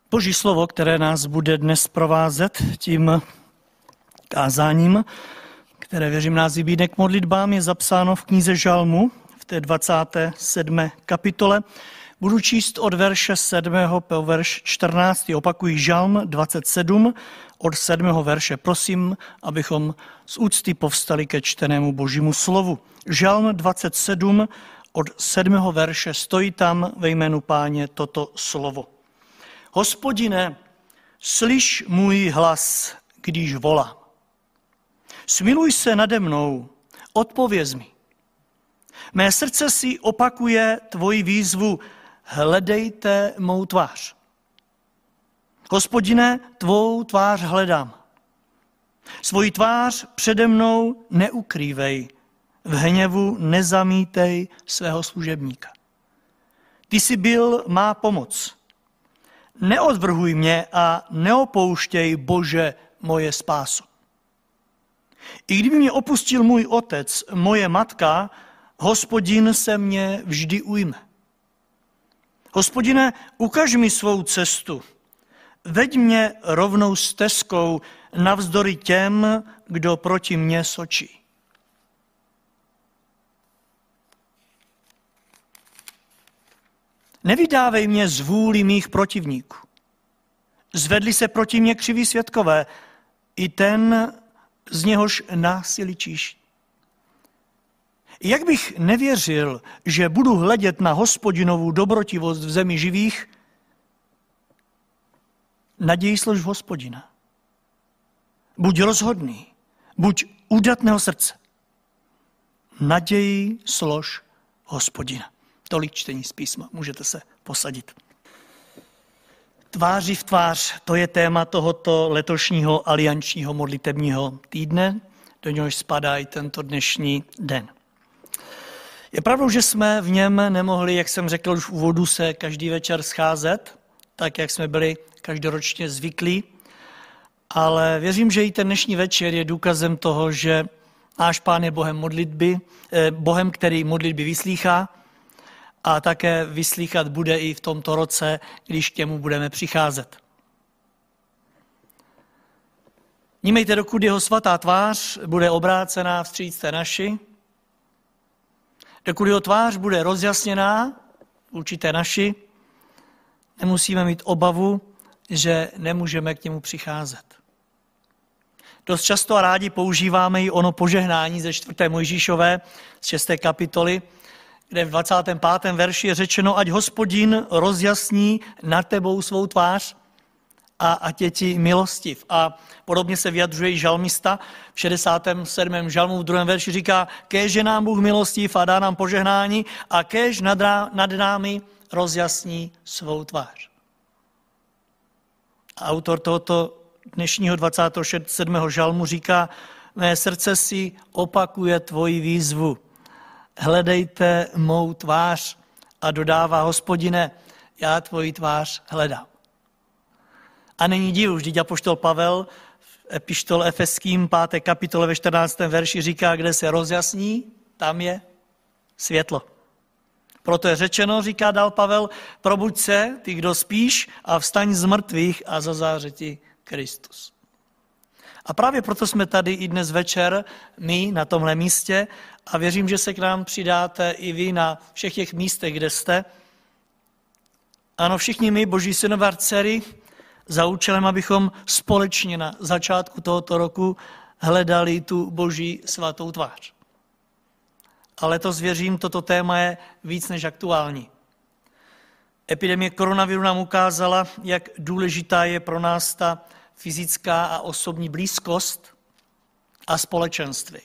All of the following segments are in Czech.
Boží slovo, které nás bude dnes provázet tím kázáním, které věřím nás vybídne k modlitbám, je zapsáno v knize Žalmu v té 27. kapitole. Budu číst od verše 7. po verš 14. Opakuji Žalm 27 od 7. verše. Prosím, abychom z úcty povstali ke čtenému Božímu slovu. Žalm 27 od 7. verše. Stojí tam ve jménu Páně toto slovo. Hospodine, slyš můj hlas, když volám. Smiluj se nade mnou, odpověz mi. Mé srdce si opakuje tvoji výzvu, hledejte mou tvář. Hospodine, tvou tvář hledám. Svoji tvář přede mnou neukrývej, v hněvu nezamítej svého služebníka. Ty jsi byl má pomoc. Neodvrhuj mě a neopouštěj, Bože, moje spásu. I kdyby mě opustil můj otec, moje matka, Hospodin se mě vždy ujme. Hospodine, ukaž mi svou cestu. Veď mě rovnou stezkou navzdory těm, kdo proti mně sočí. Nevydávej mě z vůli mých protivníků. Zvedli se proti mně křiví svědkové, i ten, z něhož násilí číší. Jak bych nevěřil, že budu hledět na Hospodinovu dobrotivost v zemi živých, naději slož v Hospodina. Buď rozhodný, buď údatného srdce. Naději slož Hospodina. Tolik čtení z písma, můžete se posadit. Tváří v tvář, to je téma tohoto letošního aliančního modlitebního týdne, do něhož spadá i tento dnešní den. Je pravdou, že jsme v něm nemohli, jak jsem řekl už v úvodu, se každý večer scházet, tak jak jsme byli každoročně zvyklí, ale věřím, že i ten dnešní večer je důkazem toho, že náš Pán je Bohem modlitby, Bohem, který modlitby vyslýchá a také vyslýchat bude i v tomto roce, když k němu budeme přicházet. Vnímejte, dokud jeho svatá tvář bude obrácená vstříc té naši, dokud jeho tvář bude rozjasněná vůči té naši, nemusíme mít obavu, že nemůžeme k němu přicházet. Dost často a rádi používáme i ono požehnání ze 4. Mojžíšové z 6. kapitoly, kde v 25. verši je řečeno, ať Hospodin rozjasní nad tebou svou tvář a ať je ti milostiv. A podobně se vyjadřuje i žalmista v 67. žalmu v 2. verši říká, kéž je nám Bůh milostiv a dá nám požehnání a kéž nad námi rozjasní svou tvář. A autor tohoto dnešního 27. žalmu říká, mé srdce si opakuje tvoji výzvu. Hledejte mou tvář a dodává, Hospodine, já tvoji tvář hledám. A není divu, vždyť apoštol Pavel v epištole Efeským 5. kapitole ve 14. verši říká, kde se rozjasní, tam je světlo. Proto je řečeno, říká dál Pavel, probuď se, ty, kdo spíš, a vstaň z mrtvých a zazáře ti Kristus. A právě proto jsme tady i dnes večer, my na tomhle místě, a věřím, že se k nám přidáte i vy na všech těch místech, kde jste. Ano, všichni my, boží synové a dcery, za účelem, abychom společně na začátku tohoto roku hledali tu boží svatou tvář. A letos věřím, toto téma je víc než aktuální. Epidemie koronaviru nám ukázala, jak důležitá je pro nás ta fyzická a osobní blízkost a společenství.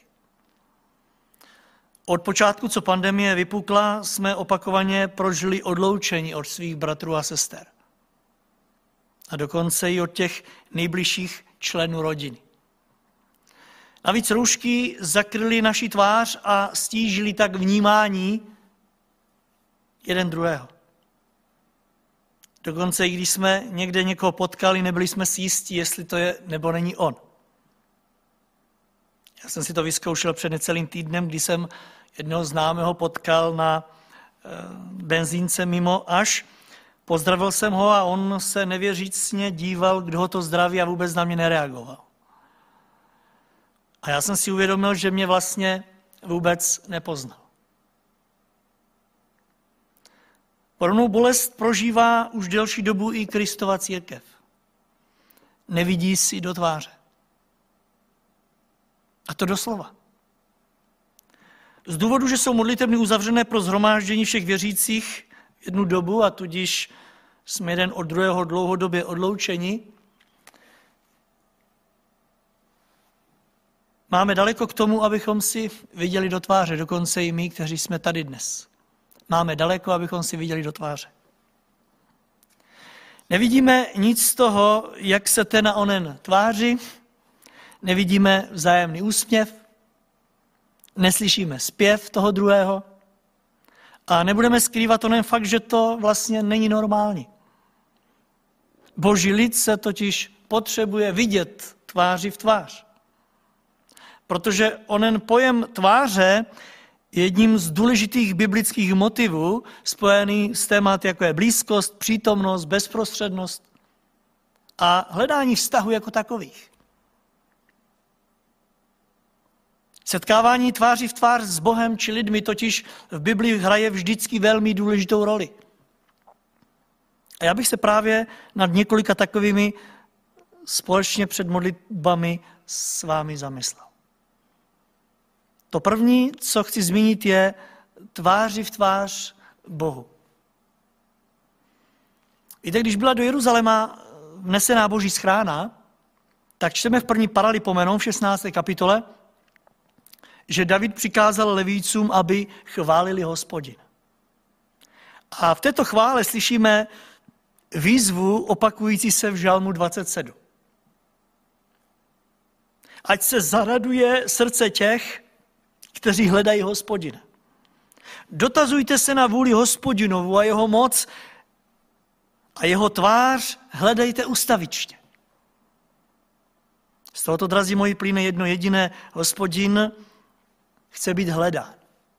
Od počátku, co pandemie vypukla, jsme opakovaně prožili odloučení od svých bratrů a sester. A dokonce i od těch nejbližších členů rodiny. Navíc roušky zakryly naši tvář a stížily tak vnímání jeden druhého. Dokonce i když jsme někde někoho potkali, nebyli jsme si jistí, jestli to je nebo není on. Já jsem si to vyzkoušel před necelým týdnem, kdy jsem jednoho známého potkal na benzínce mimo, až Pozdravil jsem ho a on se nevěřícně díval, kdo ho to zdraví a vůbec na mě nereagoval. A já jsem si uvědomil, že mě vlastně vůbec nepoznal. Podobnou bolest prožívá už delší dobu i Kristova církev. Nevidí si do tváře. A to doslova. Z důvodu, že jsou modlitebny uzavřené pro shromáždění všech věřících jednu dobu a tudíž jsme jeden od druhého dlouhodobě odloučeni, máme daleko k tomu, abychom si viděli do tváře, dokonce i my, kteří jsme tady dnes. Máme daleko, abychom si viděli do tváře. Nevidíme nic z toho, jak se ten a onen tváří, nevidíme vzájemný úsměv, neslyšíme zpěv toho druhého a nebudeme skrývat onen fakt, že to vlastně není normální. Boží lid se totiž potřebuje vidět tváři v tvář. Protože onen pojem tváře je jedním z důležitých biblických motivů spojený s tématy, jako je blízkost, přítomnost, bezprostřednost a hledání vztahu jako takových. Setkávání tváří v tvář s Bohem či lidmi totiž v Biblii hraje vždycky velmi důležitou roli. A já bych se právě nad několika takovými společně před modlitbami s vámi zamyslel. To první, co chci zmínit, je tváři v tvář Bohu. Víte, když byla do Jeruzaléma vnesená Boží schrána, tak čteme v první Paralipomenon v 16. kapitole, že David přikázal Levícům, aby chválili Hospodina. A v této chvále slyšíme výzvu opakující se v Žalmu 27. Ať se zaraduje srdce těch, kteří hledají Hospodina. Dotazujte se na vůli Hospodinovu a jeho moc a jeho tvář hledejte ustavičně. Z tohoto, drazí moji, plyne jedno jediné: Hospodin chce být hledán.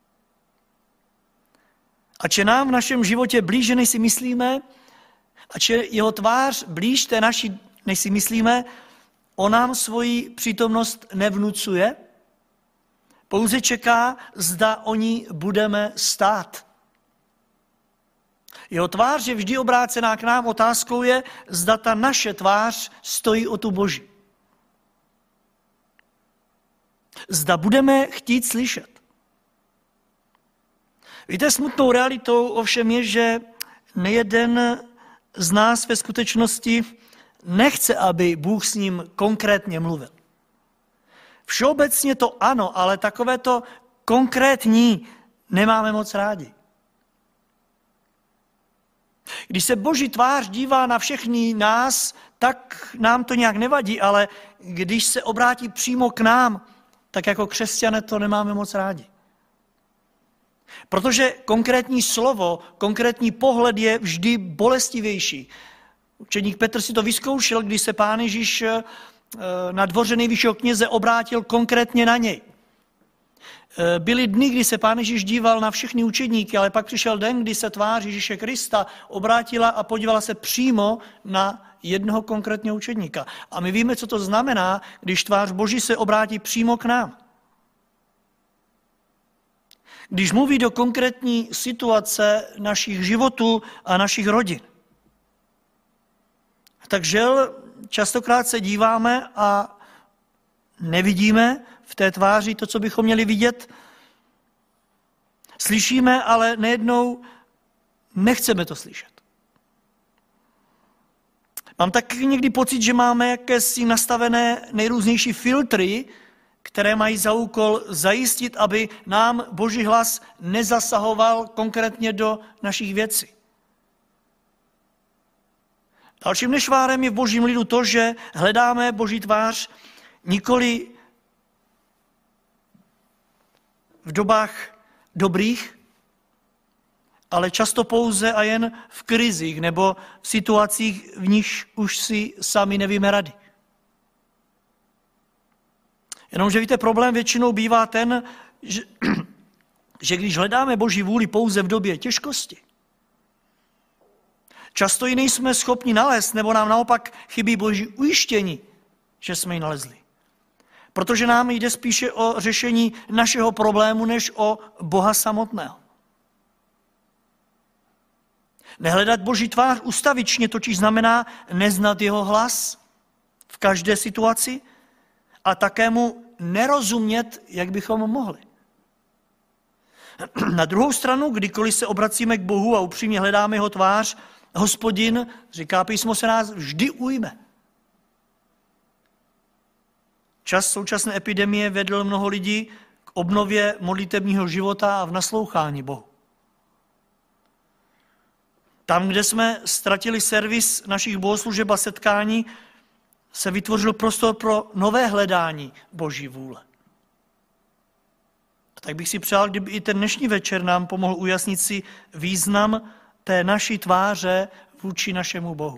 Ač je nám v našem životě blíže, než si myslíme, ač je jeho tvář blíž té naší, než si myslíme, on nám svoji přítomnost nevnucuje, pouze čeká, zda o ní budeme stát. Jeho tvář je vždy obrácená k nám, otázkou je, zda ta naše tvář stojí o tu Boží. Zda budeme chtít slyšet. Víte, smutnou realitou ovšem je, že nejeden z nás ve skutečnosti nechce, aby Bůh s ním konkrétně mluvil. Všeobecně to ano, ale takové to konkrétní nemáme moc rádi. Když se Boží tvář dívá na všechny nás, tak nám to nějak nevadí, ale když se obrátí přímo k nám, tak jako křesťané to nemáme moc rádi. Protože konkrétní slovo, konkrétní pohled je vždy bolestivější. Učeník Petr si to vyzkoušel, když se Pán Ježíš na dvoře nejvyššího kněze obrátil konkrétně na něj. Byly dny, kdy se Pán Ježíš díval na všechny učedníky, ale pak přišel den, kdy se tvář Ježíše Krista obrátila a podívala se přímo na jednoho konkrétního učedníka. A my víme, co to znamená, když tvář Boží se obrátí přímo k nám. Když mluví do konkrétní situace našich životů a našich rodin. Takže častokrát se díváme a nevidíme v té tváři to, co bychom měli vidět. Slyšíme, ale nejednou nechceme to slyšet. Mám taky někdy pocit, že máme jakési nastavené nejrůznější filtry, které mají za úkol zajistit, aby nám Boží hlas nezasahoval konkrétně do našich věcí. Dalším nešvárem je v Božím lidu to, že hledáme Boží tvář nikoli v dobách dobrých, ale často pouze a jen v krizích nebo v situacích, v nichž už si sami nevíme rady. Jenomže víte, problém většinou bývá ten, že když hledáme Boží vůli pouze v době těžkosti, Často ji nejsme schopni nalézt, nebo nám naopak chybí Boží ujištění, že jsme ji nalezli. Protože nám jde spíše o řešení našeho problému, než o Boha samotného. Nehledat Boží tvář ustavičně totiž znamená neznat jeho hlas v každé situaci a také mu nerozumět, jak bychom mohli. Na druhou stranu, kdykoliv se obracíme k Bohu a upřímně hledáme jeho tvář, Hospodin, říká písmo, se nás vždy ujme. Čas současné epidemie vedl mnoho lidí k obnově modlitebního života a v naslouchání Bohu. Tam, kde jsme ztratili servis našich bohoslužeb a setkání, se vytvořil prostor pro nové hledání Boží vůle. A tak bych si přál, kdyby i ten dnešní večer nám pomohl ujasnit si význam té naší tváře vůči našemu Bohu.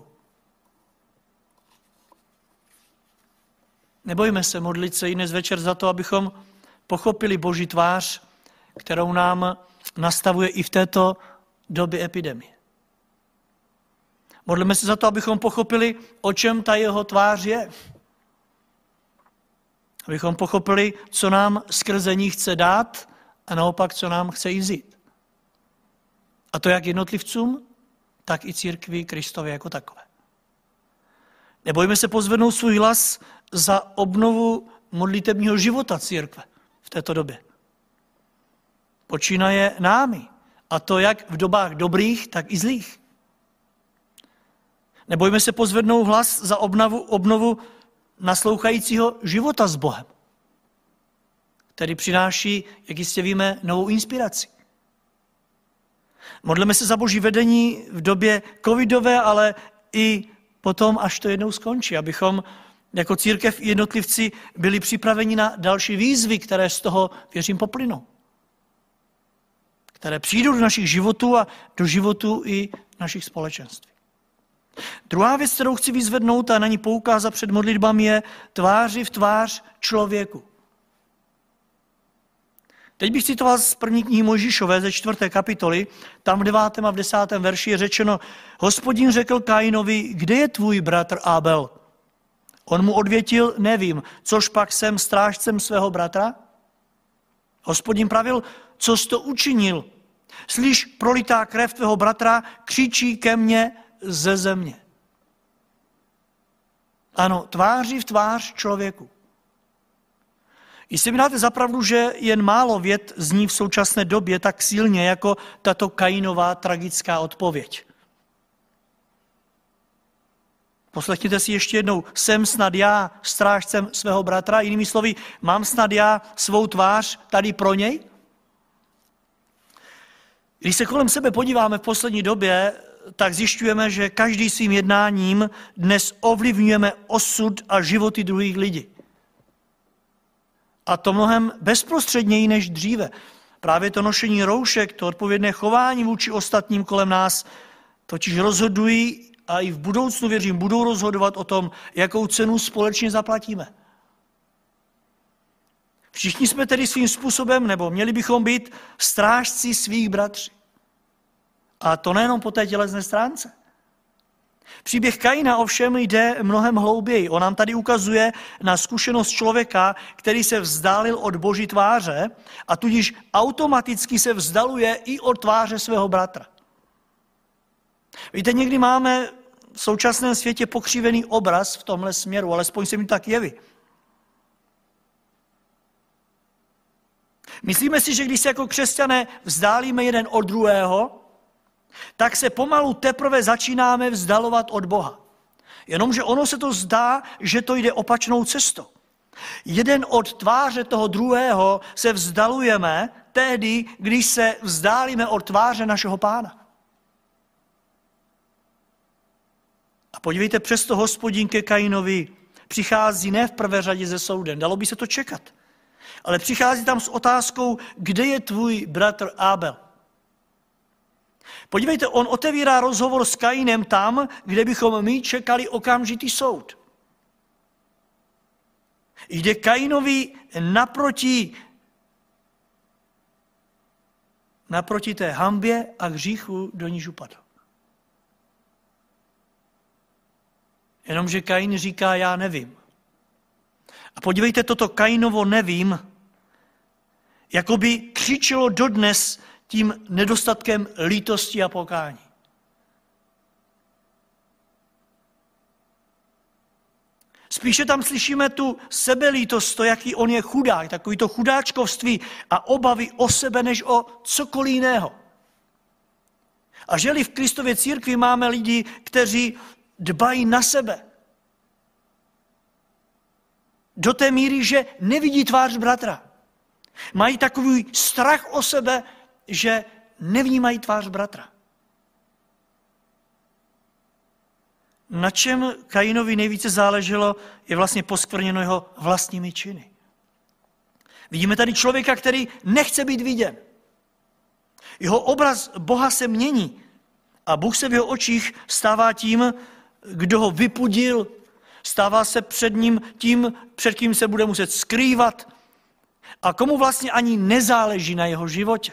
Nebojme se modlit se i dnes večer za to, abychom pochopili Boží tvář, kterou nám nastavuje i v této době epidemie. Modlíme se za to, abychom pochopili, o čem ta jeho tvář je. Abychom pochopili, co nám skrze ní chce dát a naopak, co nám chce jí vzít. A to jak jednotlivcům, tak i církvi Kristově jako takové. Nebojme se pozvednout svůj hlas za obnovu modlitebního života církve v této době. Počínaje námi, a to jak v dobách dobrých, tak i zlých. Nebojme se pozvednout hlas za obnovu naslouchajícího života s Bohem, který přináší, jak jistě víme, novou inspiraci. Modleme se za Boží vedení v době covidové, ale i potom, až to jednou skončí, abychom jako církev i jednotlivci byli připraveni na další výzvy, které z toho, věřím, poplynou. Které přijdou do našich životů a do životů i našich společenství. Druhá věc, kterou chci vyzvednout a na ní poukázat před modlitbami, je tváři v tvář člověku. Teď bych citoval z první knihy Mojžíšové ze 4. kapitoly, tam v 9. a v 10. verši je řečeno: Hospodin řekl Kainovi, kde je tvůj bratr Abel? On mu odvětil, nevím, což pak jsem strážcem svého bratra? Hospodin pravil, co jsi to učinil? Slyš, prolitá krev tvého bratra křičí ke mně ze země. Ano, tváři v tvář člověku. Jestli mi dáte za pravdu, že jen málo vět zní v současné době tak silně, jako tato Kainová tragická odpověď. Poslechněte si ještě jednou, jsem snad já strážcem svého bratra, jinými slovy, mám snad já svou tvář tady pro něj? Když se kolem sebe podíváme v poslední době, tak zjišťujeme, že každý svým jednáním dnes ovlivňujeme osud a životy druhých lidí. A to mnohem bezprostředněji než dříve. Právě to nošení roušek, to odpovědné chování vůči ostatním kolem nás, totiž rozhodují a i v budoucnu, věřím, budou rozhodovat o tom, jakou cenu společně zaplatíme. Všichni jsme tedy svým způsobem, nebo měli bychom být strážci svých bratří. A to nejenom po té tělesné stránce. Příběh Kaina ovšem jde mnohem hlouběji. On nám tady ukazuje na zkušenost člověka, který se vzdálil od Boží tváře a tudíž automaticky se vzdaluje i od tváře svého bratra. Víte, někdy máme v současném světě pokřivený obraz v tomhle směru, alespoň se mi tak jeví. Myslíme si, že když se jako křesťané vzdálíme jeden od druhého, tak se pomalu teprve začínáme vzdalovat od Boha. Jenomže ono se to zdá, že to jde opačnou cestou. Jeden od tváře toho druhého se vzdalujeme tehdy, když se vzdálíme od tváře našeho Pána. A podívejte, přesto Hospodin ke Kainovi přichází ne v prvé řadě se soudem, dalo by se to čekat, ale přichází tam s otázkou, kde je tvůj bratr Abel? Podívejte, on otevírá rozhovor s Kainem tam, kde bychom my čekali okamžitý soud. Jde Kainovi naproti té hanbě a hříchu, do níž upadl. Jenomže Kain říká, já nevím. A podívejte, toto Kainovo nevím, jakoby křičelo dodnes tím nedostatkem lítosti a pokání. Spíše tam slyšíme tu sebelítost, to, jaký on je chudák, takový to chudáčkovství a obavy o sebe, než o cokoliv jiného. A že-li v Kristově církvi máme lidi, kteří dbají na sebe, do té míry, že nevidí tvář bratra. Mají takový strach o sebe, že nevnímají tvář bratra. Na čem Kainovi nejvíce záleželo, je vlastně poskvrněno jeho vlastními činy. Vidíme tady člověka, který nechce být viděn. Jeho obraz Boha se mění a Bůh se v jeho očích stává tím, kdo ho vypudil, stává se před ním tím, před kým se bude muset skrývat a komu vlastně ani nezáleží na jeho životě.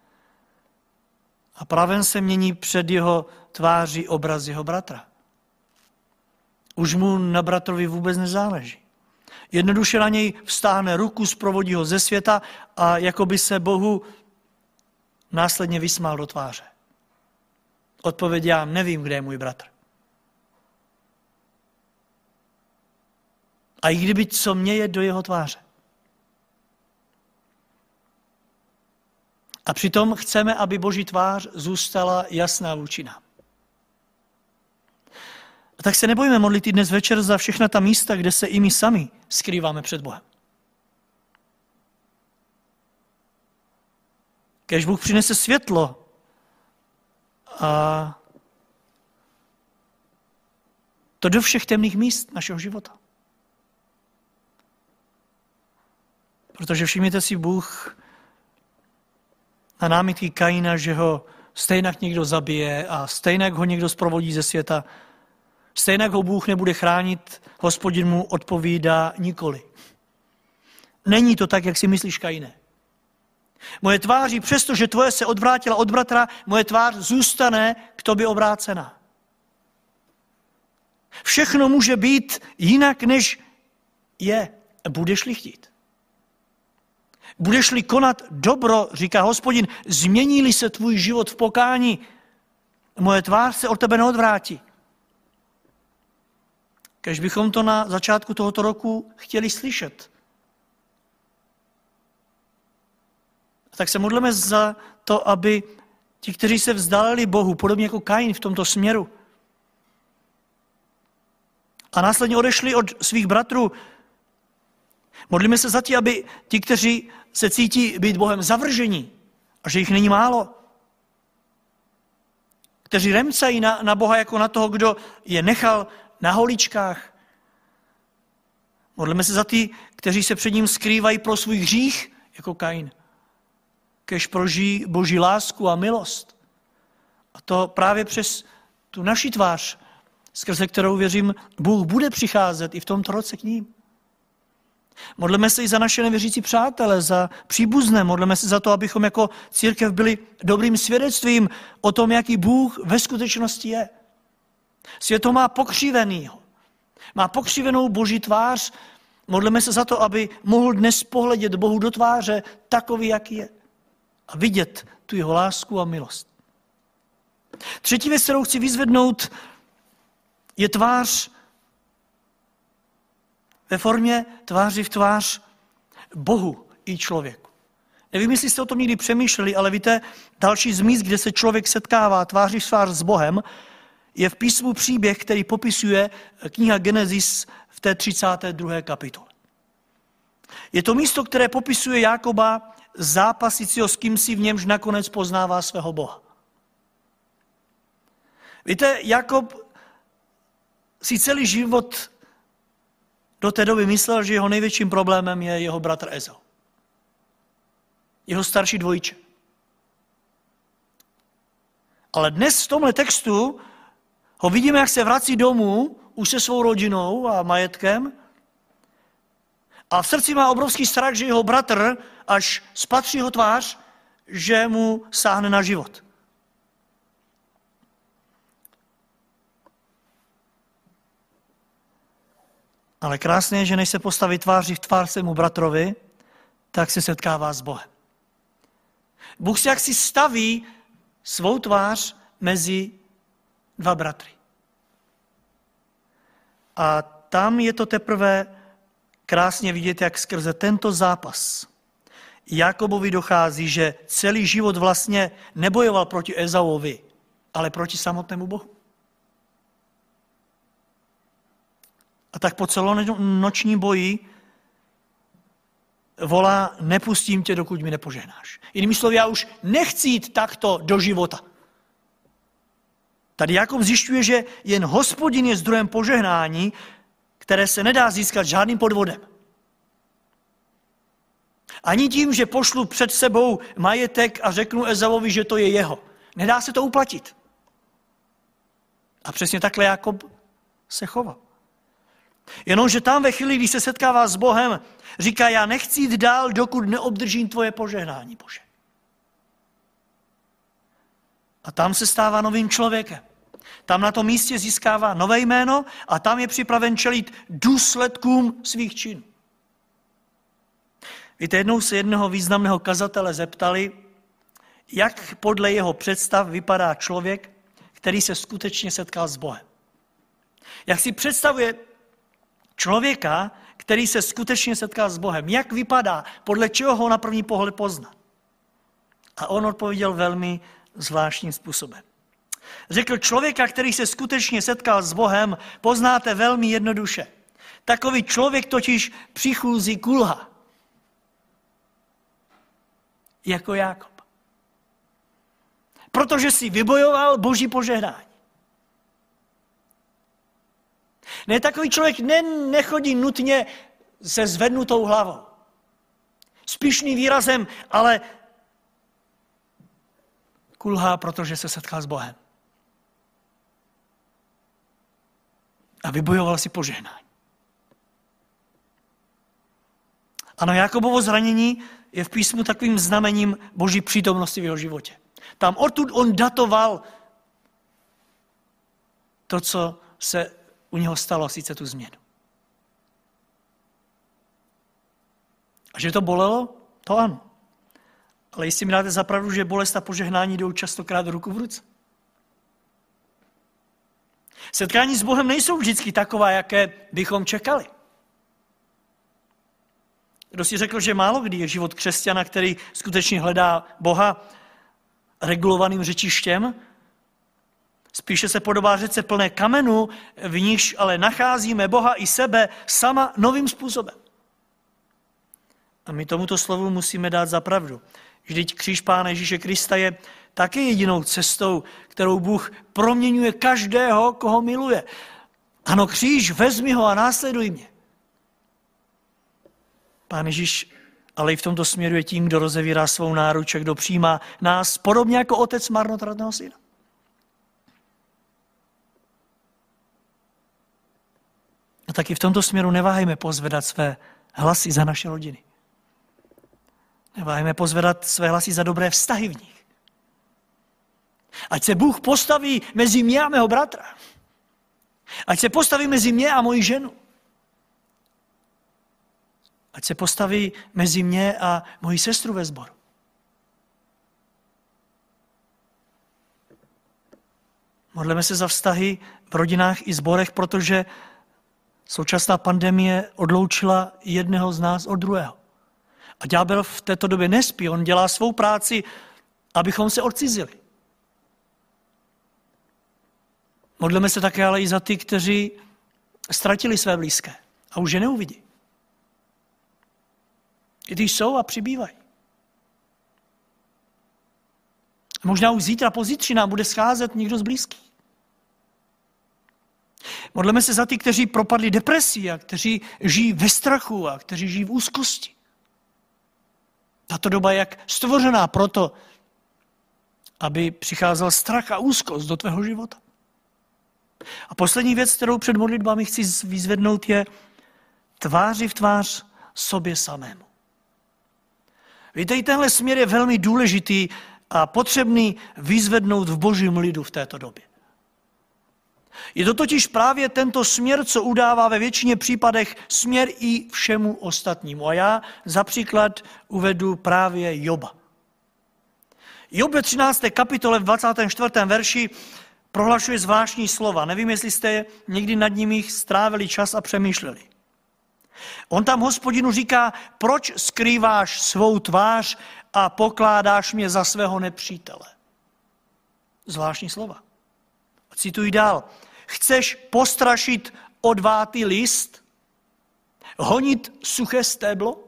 A právě se mění před jeho tváří obraz jeho bratra. Už mu na bratrovi vůbec nezáleží. Jednoduše na něj vztáhne ruku, zprovodí ho ze světa a jako by se Bohu následně vysmál do tváře. Odpověď, já nevím, kde je můj bratr. A i kdyby co mě je do jeho tváře. A přitom chceme, aby Boží tvář zůstala jasná vůči nám. A tak se nebojme modlit i dnes večer za všechna ta místa, kde se i my sami skrýváme před Bohem. Kéž Bůh přinese světlo a to do všech temných míst našeho života. Protože všimněte si, Bůh na námitky Kaina, že ho stejnak někdo zabije a stejnak ho někdo zprovodí ze světa, stejnak ho Bůh nebude chránit, Hospodin mu odpovídá nikoli. Není to tak, jak si myslíš, Kaine. Moje tváři, přestože tvoje se odvrátila od bratra, moje tvář zůstane k tobě obrácená. Všechno může být jinak, než je. Budeš-li chtít. Budeš-li konat dobro, říká Hospodin, změní-li se tvůj život v pokání, moje tvář se od tebe neodvrátí. Kéž bychom to na začátku tohoto roku chtěli slyšet. A tak se modleme za to, aby ti, kteří se vzdálili Bohu, podobně jako Kain v tomto směru, a následně odešli od svých bratrů, modlíme se za ti, aby ti, kteří se cítí být Bohem zavržení, a že jich není málo, kteří remcají na Boha jako na toho, kdo je nechal na holičkách. Modlíme se za ty, kteří se před ním skrývají pro svůj hřích, jako Kain. Kéž prožijí Boží lásku a milost. A to právě přes tu naši tvář, skrze kterou, věřím, Bůh bude přicházet i v tomto roce k ním. Modlíme se i za naše nevěřící přátele, za příbuzné. Modlíme se za to, abychom jako církev byli dobrým svědectvím o tom, jaký Bůh ve skutečnosti je. Svět to má pokřivenýho. Má pokřivenou Boží tvář. Modlíme se za to, aby mohl dnes pohledět Bohu do tváře takový, jaký je. A vidět tu jeho lásku a milost. Třetí věc, kterou chci vyzvednout, je tvář ve formě tváři v tvář Bohu i člověku. Nevím, jestli jste o tom někdy přemýšleli, ale víte, další z míst, kde se člověk setkává tváří v tvář s Bohem, je v písmu příběh, který popisuje kniha Genesis v té 32. kapitole. Je to místo, které popisuje Jákoba zápasícího s kýmsi, v němž nakonec poznává svého Boha. Víte, Jakob si celý život do té doby myslel, že jeho největším problémem je jeho bratr Ezau. Jeho starší dvojče. Ale dnes v tomhle textu ho vidíme, jak se vrací domů už se svou rodinou a majetkem a v srdci má obrovský strach, že jeho bratr, až spatří jeho tvář, že mu sáhne na život. Ale krásné je, že než se postaví tváří v tvář svému bratrovi, tak se setkává s Bohem. Bůh si jaksi staví svou tvář mezi dva bratry. A tam je to teprve krásně vidět, jak skrze tento zápas Jakobovi dochází, že celý život vlastně nebojoval proti Ezauovi, ale proti samotnému Bohu. A tak po celonoční boji volá, nepustím tě, dokud mi nepožehnáš. Jinými slovy, já už nechci jít takto do života. Tady Jakob zjišťuje, že jen Hospodin je zdrojem požehnání, které se nedá získat žádným podvodem. Ani tím, že pošlu před sebou majetek a řeknu Ezauovi, že to je jeho. Nedá se to uplatit. A přesně takhle Jakob se choval. Jenomže tam ve chvíli, když se setkává s Bohem, říká, já nechci jít dál, dokud neobdržím tvoje požehnání, Bože. A tam se stává novým člověkem. Tam na tom místě získává nové jméno a tam je připraven čelit důsledkům svých činů. Víte, jednou se jednoho významného kazatele zeptali, jak podle jeho představ vypadá člověk, který se skutečně setkal s Bohem. Jak si představuje člověka, který se skutečně setkal s Bohem. Jak vypadá, podle čeho ho na první pohled pozná. A on odpověděl velmi zvláštním způsobem. Řekl, člověka, který se skutečně setkal s Bohem, poznáte velmi jednoduše. Takový člověk totiž přichůzí kulha. Jako Jákob. Protože si vybojoval Boží požehnání. Ne, takový člověk nechodí nutně se zvednutou hlavou. S pyšným výrazem, ale kulhá, protože se setkal s Bohem. A vybojoval si požehnání. Ano, Jakobovo zranění je v písmu takovým znamením Boží přítomnosti v jeho životě. Tam odtud on datoval to, co se u něho stalo, sice tu změnu. A že to bolelo? To ano. Ale jestli mi dáte za pravdu, že bolest a požehnání jdou častokrát ruku v ruce. Setkání s Bohem nejsou vždycky taková, jaké bychom čekali. Kdo si řekl, že málo kdy je život křesťana, který skutečně hledá Boha regulovaným řečištěm, spíše se podobá řece plné kamenů, v níž ale nacházíme Boha i sebe sama novým způsobem. A my tomuto slovu musíme dát za pravdu. Vždyť kříž Pána Ježíše Krista je také jedinou cestou, kterou Bůh proměňuje každého, koho miluje. Ano, kříž, vezmi ho a následuj mě. Pán Ježíš ale i v tomto směru je tím, kdo rozevírá svou náruč a kdo přijímá nás podobně jako otec marnotratného syna. A taky v tomto směru neváhejme pozvedat své hlasy za naše rodiny. Neváhejme pozvedat své hlasy za dobré vztahy v nich. Ať se Bůh postaví mezi mě a mého bratra. Ať se postaví mezi mě a moji ženu. Ať se postaví mezi mě a moji sestru ve sboru. Modleme se za vztahy v rodinách i sborech, protože současná pandemie odloučila jedného z nás od druhého. A ďábel v této době nespí, on dělá svou práci, abychom se odcizili. Modleme se také ale i za ty, kteří ztratili své blízké a už je neuvidí. I ty jsou a přibývají. Možná už zítra, pozítří nám bude scházet někdo z blízkých. Modleme se za ty, kteří propadli depresí a kteří žijí ve strachu a kteří žijí v úzkosti. Tato doba je jak stvořená proto, aby přicházel strach a úzkost do tvého života. A poslední věc, kterou před modlitbami chci vyzvednout, je tváři v tvář sobě samému. Víte, i tenhle směr je velmi důležitý a potřebný vyzvednout v Božím lidu v této době. Je to totiž právě tento směr, co udává ve většině případech směr i všemu ostatnímu. A já za příklad uvedu právě Joba. Job ve 13. kapitole v 24. verši prohlašuje zvláštní slova. Nevím, jestli jste někdy nad nimi strávili čas a přemýšleli. On tam Hospodinu říká, proč skrýváš svou tvář a pokládáš mě za svého nepřítele. Zvláštní slova. A cituji dál. Chceš postrašit odvátý list? Honit suché stéblo?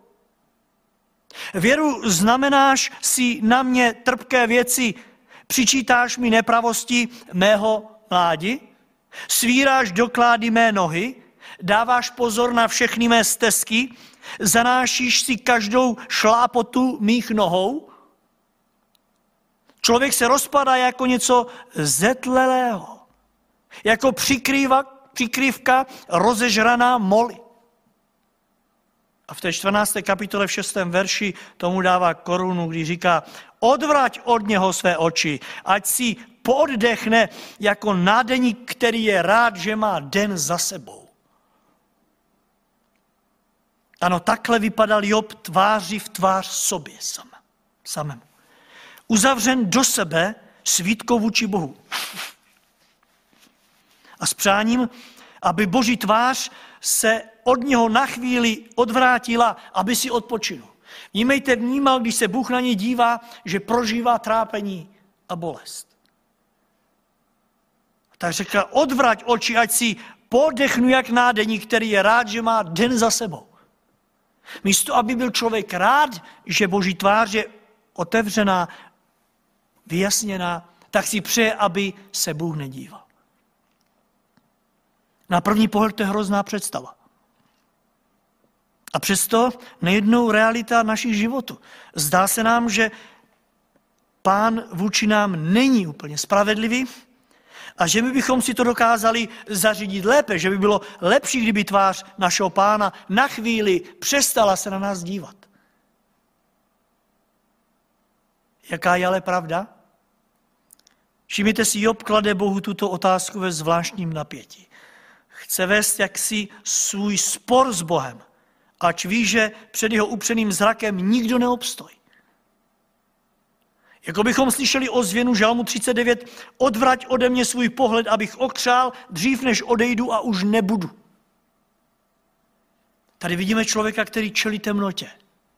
Věru znamenáš si na mě trpké věci, přičítáš mi nepravosti mého mládi? Svíráš do klády mé nohy? Dáváš pozor na všechny mé stezky? Zanášíš si každou šlápotu mých nohou? Člověk se rozpadá jako něco zetlelého, jako přikrývka rozežraná moly. A v té 14. kapitole v 6. verši tomu dává korunu, když říká, odvrať od něho své oči, ať si pooddechne jako nádeník, který je rád, že má den za sebou. Ano, takhle vypadal Job tváří v tvář sobě samému. Uzavřen do sebe svítkou vůči Bohu. A s přáním, aby Boží tvář se od něho na chvíli odvrátila, aby si odpočinul. Vnímal, když se Bůh na něj dívá, že prožívá trápení a bolest. Tak řekla, odvrať oči, ať si podechnu jak nádeník, který je rád, že má den za sebou. Místo, aby byl člověk rád, že Boží tvář je otevřená, vyjasněná, tak si přeje, aby se Bůh nedíval. Na první pohled to je hrozná představa. A přesto nejednou realita našich životů. Zdá se nám, že Pán vůči nám není úplně spravedlivý a že my bychom si to dokázali zařídit lépe, že by bylo lepší, kdyby tvář našeho Pána na chvíli přestala se na nás dívat. Jaká je ale pravda? Všimněte si, Job klade Bohu tuto otázku ve zvláštním napětí. Chce vést jaksi svůj spor s Bohem, ač ví, že před jeho upřeným zrakem nikdo neobstojí. Jako bychom slyšeli ozvěnu Žalmu 39, odvrať ode mě svůj pohled, abych okřál dřív, než odejdu a už nebudu. Tady vidíme člověka, který čelí temnotě.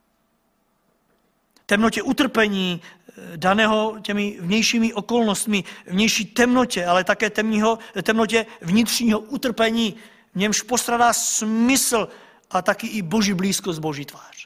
Temnotě utrpení, daného těmi vnějšími okolnostmi, vnější temnotě, ale také temnotě vnitřního utrpení, v němž postradá smysl a taky i Boží blízkost, Boží tvář.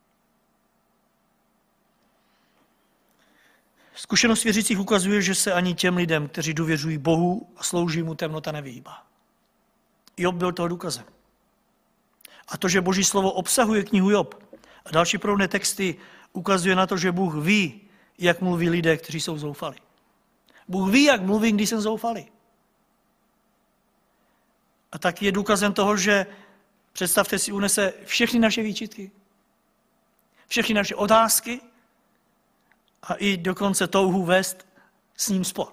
Zkušenost věřících ukazuje, že se ani těm lidem, kteří důvěřují Bohu a slouží mu, temnota nevyhýbá. Job byl toho důkazem. A to, že Boží slovo obsahuje knihu Job a další podobné texty, ukazuje na to, že Bůh ví, jak mluví lidé, kteří jsou zoufalí. Bůh ví, jak mluví, když jsem zoufalý. A tak je důkazem toho, že, představte si, unese všechny naše výčitky, všechny naše otázky a i dokonce touhu vést s ním spor.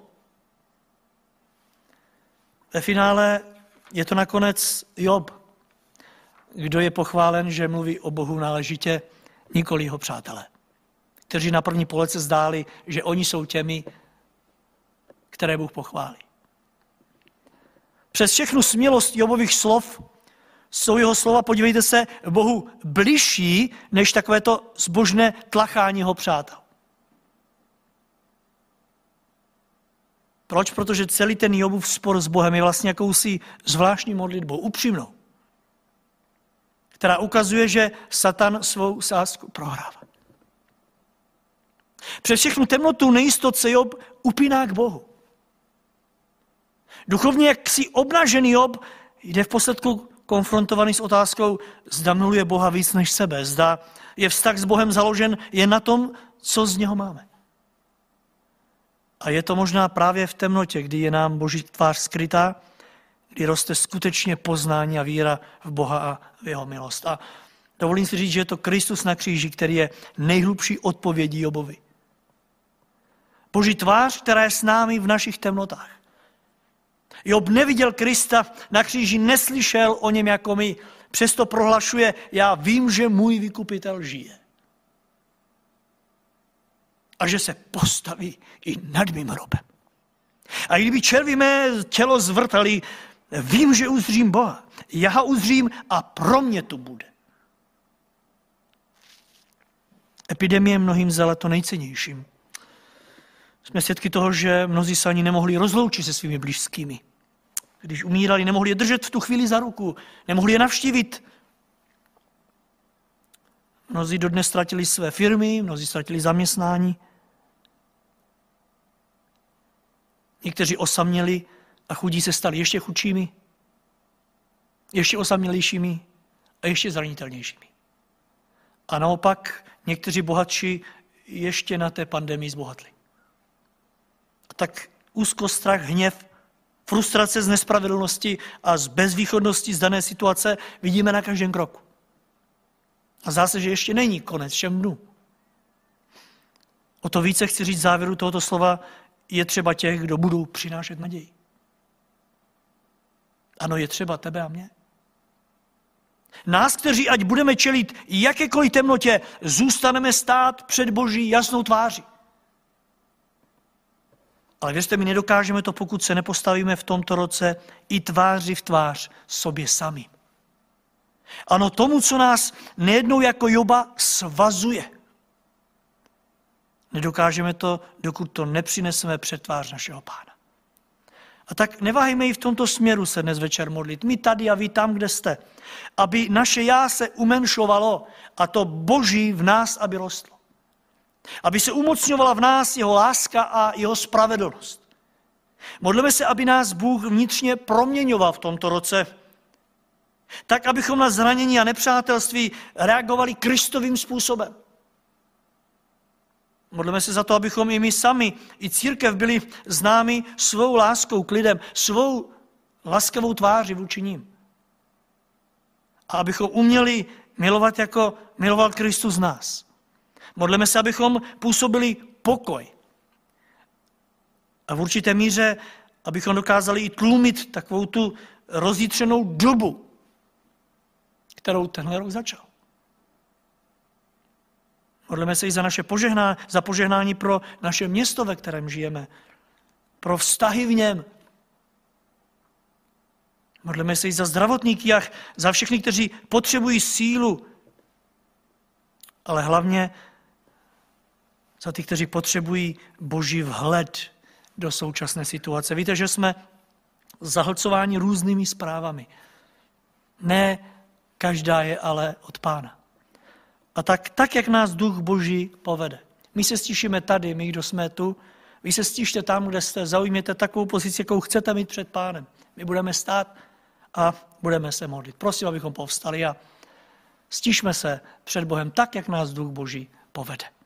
Ve finále je to nakonec Job, kdo je pochválen, že mluví o Bohu náležitě, nikoli jeho přátelé, kteří na první pohled se zdáli, že oni jsou těmi, které Bůh pochválí. Přes všechnu smělost Jobových slov jsou jeho slova, podívejte se, Bohu bližší, než takovéto zbožné tlachání jeho přátel. Proč? Protože celý ten Jobův spor s Bohem je vlastně jakousi zvláštní modlitbou, upřímnou, která ukazuje, že Satan svou sázku prohrává. Přes všechnu temnotu, nejistot se Job upíná k Bohu. Duchovně jaksi obnažený Job jde v posledku konfrontovaný s otázkou, zda miluje Boha víc než sebe, zda je vztah s Bohem založen jen na tom, co z něho máme. A je to možná právě v temnotě, kdy je nám Boží tvář skrytá, kdy roste skutečně poznání a víra v Boha a v jeho milost. A dovolím si říct, že je to Kristus na kříži, který je nejhlubší odpovědí Jobovi. Boží tvář, která je s námi v našich temnotách. Job neviděl Krista na kříži, neslyšel o něm jako my. Přesto prohlašuje, já vím, že můj vykupitel žije. A že se postaví i nad mým hrobem. A kdyby červy mé tělo zvrtali, vím, že uzřím Boha. Já ho uzřím a pro mě to bude. Epidemie mnohým vzala to nejcennějším. Jsme svědky toho, že mnozí se ani nemohli rozloučit se svými blízkými. Když umírali, nemohli je držet v tu chvíli za ruku, nemohli je navštívit. Mnozí dodnes ztratili své firmy, mnozí ztratili zaměstnání. Někteří osaměli a chudí se stali ještě chudšími, ještě osamělejšími a ještě zranitelnějšími. A naopak někteří bohatší ještě na té pandemii zbohatli. A tak úzkost, strach, hněv, frustrace z nespravedlnosti a z bezvýchodnosti z dané situace vidíme na každém kroku. A zdá se, že ještě není konec všem dnů. O to více chci říct závěru tohoto slova, je třeba těch, kdo budou přinášet naději. Ano, je třeba tebe a mě. Nás, kteří ať budeme čelit jakékoliv temnotě, zůstaneme stát před Boží jasnou tváří. Ale věřte mi, nedokážeme to, pokud se nepostavíme v tomto roce i tváři v tvář sobě sami. Ano, tomu, co nás nejednou jako Joba svazuje. Nedokážeme to, dokud to nepřineseme před tvář našeho Pána. A tak neváhejme i v tomto směru se dnes večer modlit. My tady a vy tam, kde jste. Aby naše já se umenšovalo a to Boží v nás, aby rostlo. Aby se umocňovala v nás jeho láska a jeho spravedlnost. Modlíme se, aby nás Bůh vnitřně proměňoval v tomto roce, tak, abychom na zranění a nepřátelství reagovali Kristovým způsobem. Modlíme se za to, abychom i my sami, i církev byli známi svou láskou k lidem, svou laskavou tváří vůči nim. A abychom uměli milovat, jako miloval Kristus nás. Modlíme se, abychom působili pokoj. A v určité míře, abychom dokázali i tlumit takovou tu rozjitřenou dobu, kterou tenhle rok začal. Modlíme se i za naše požehnání pro naše město, ve kterém žijeme, pro vztahy v něm. Modlíme se i za zdravotníky a za všechny, kteří potřebují sílu, ale hlavně za ty, kteří potřebují Boží vhled do současné situace. Víte, že jsme zahlcováni různými zprávami. Ne každá je ale od Pána. A tak, jak nás Duch Boží povede. My se stišíme tady, my, kdo jsme tu, vy se stište tam, kde jste, zaujměte takovou pozici, jakou chcete mít před Pánem. My budeme stát a budeme se modlit. Prosím, abychom povstali a stišme se před Bohem tak, jak nás Duch Boží povede.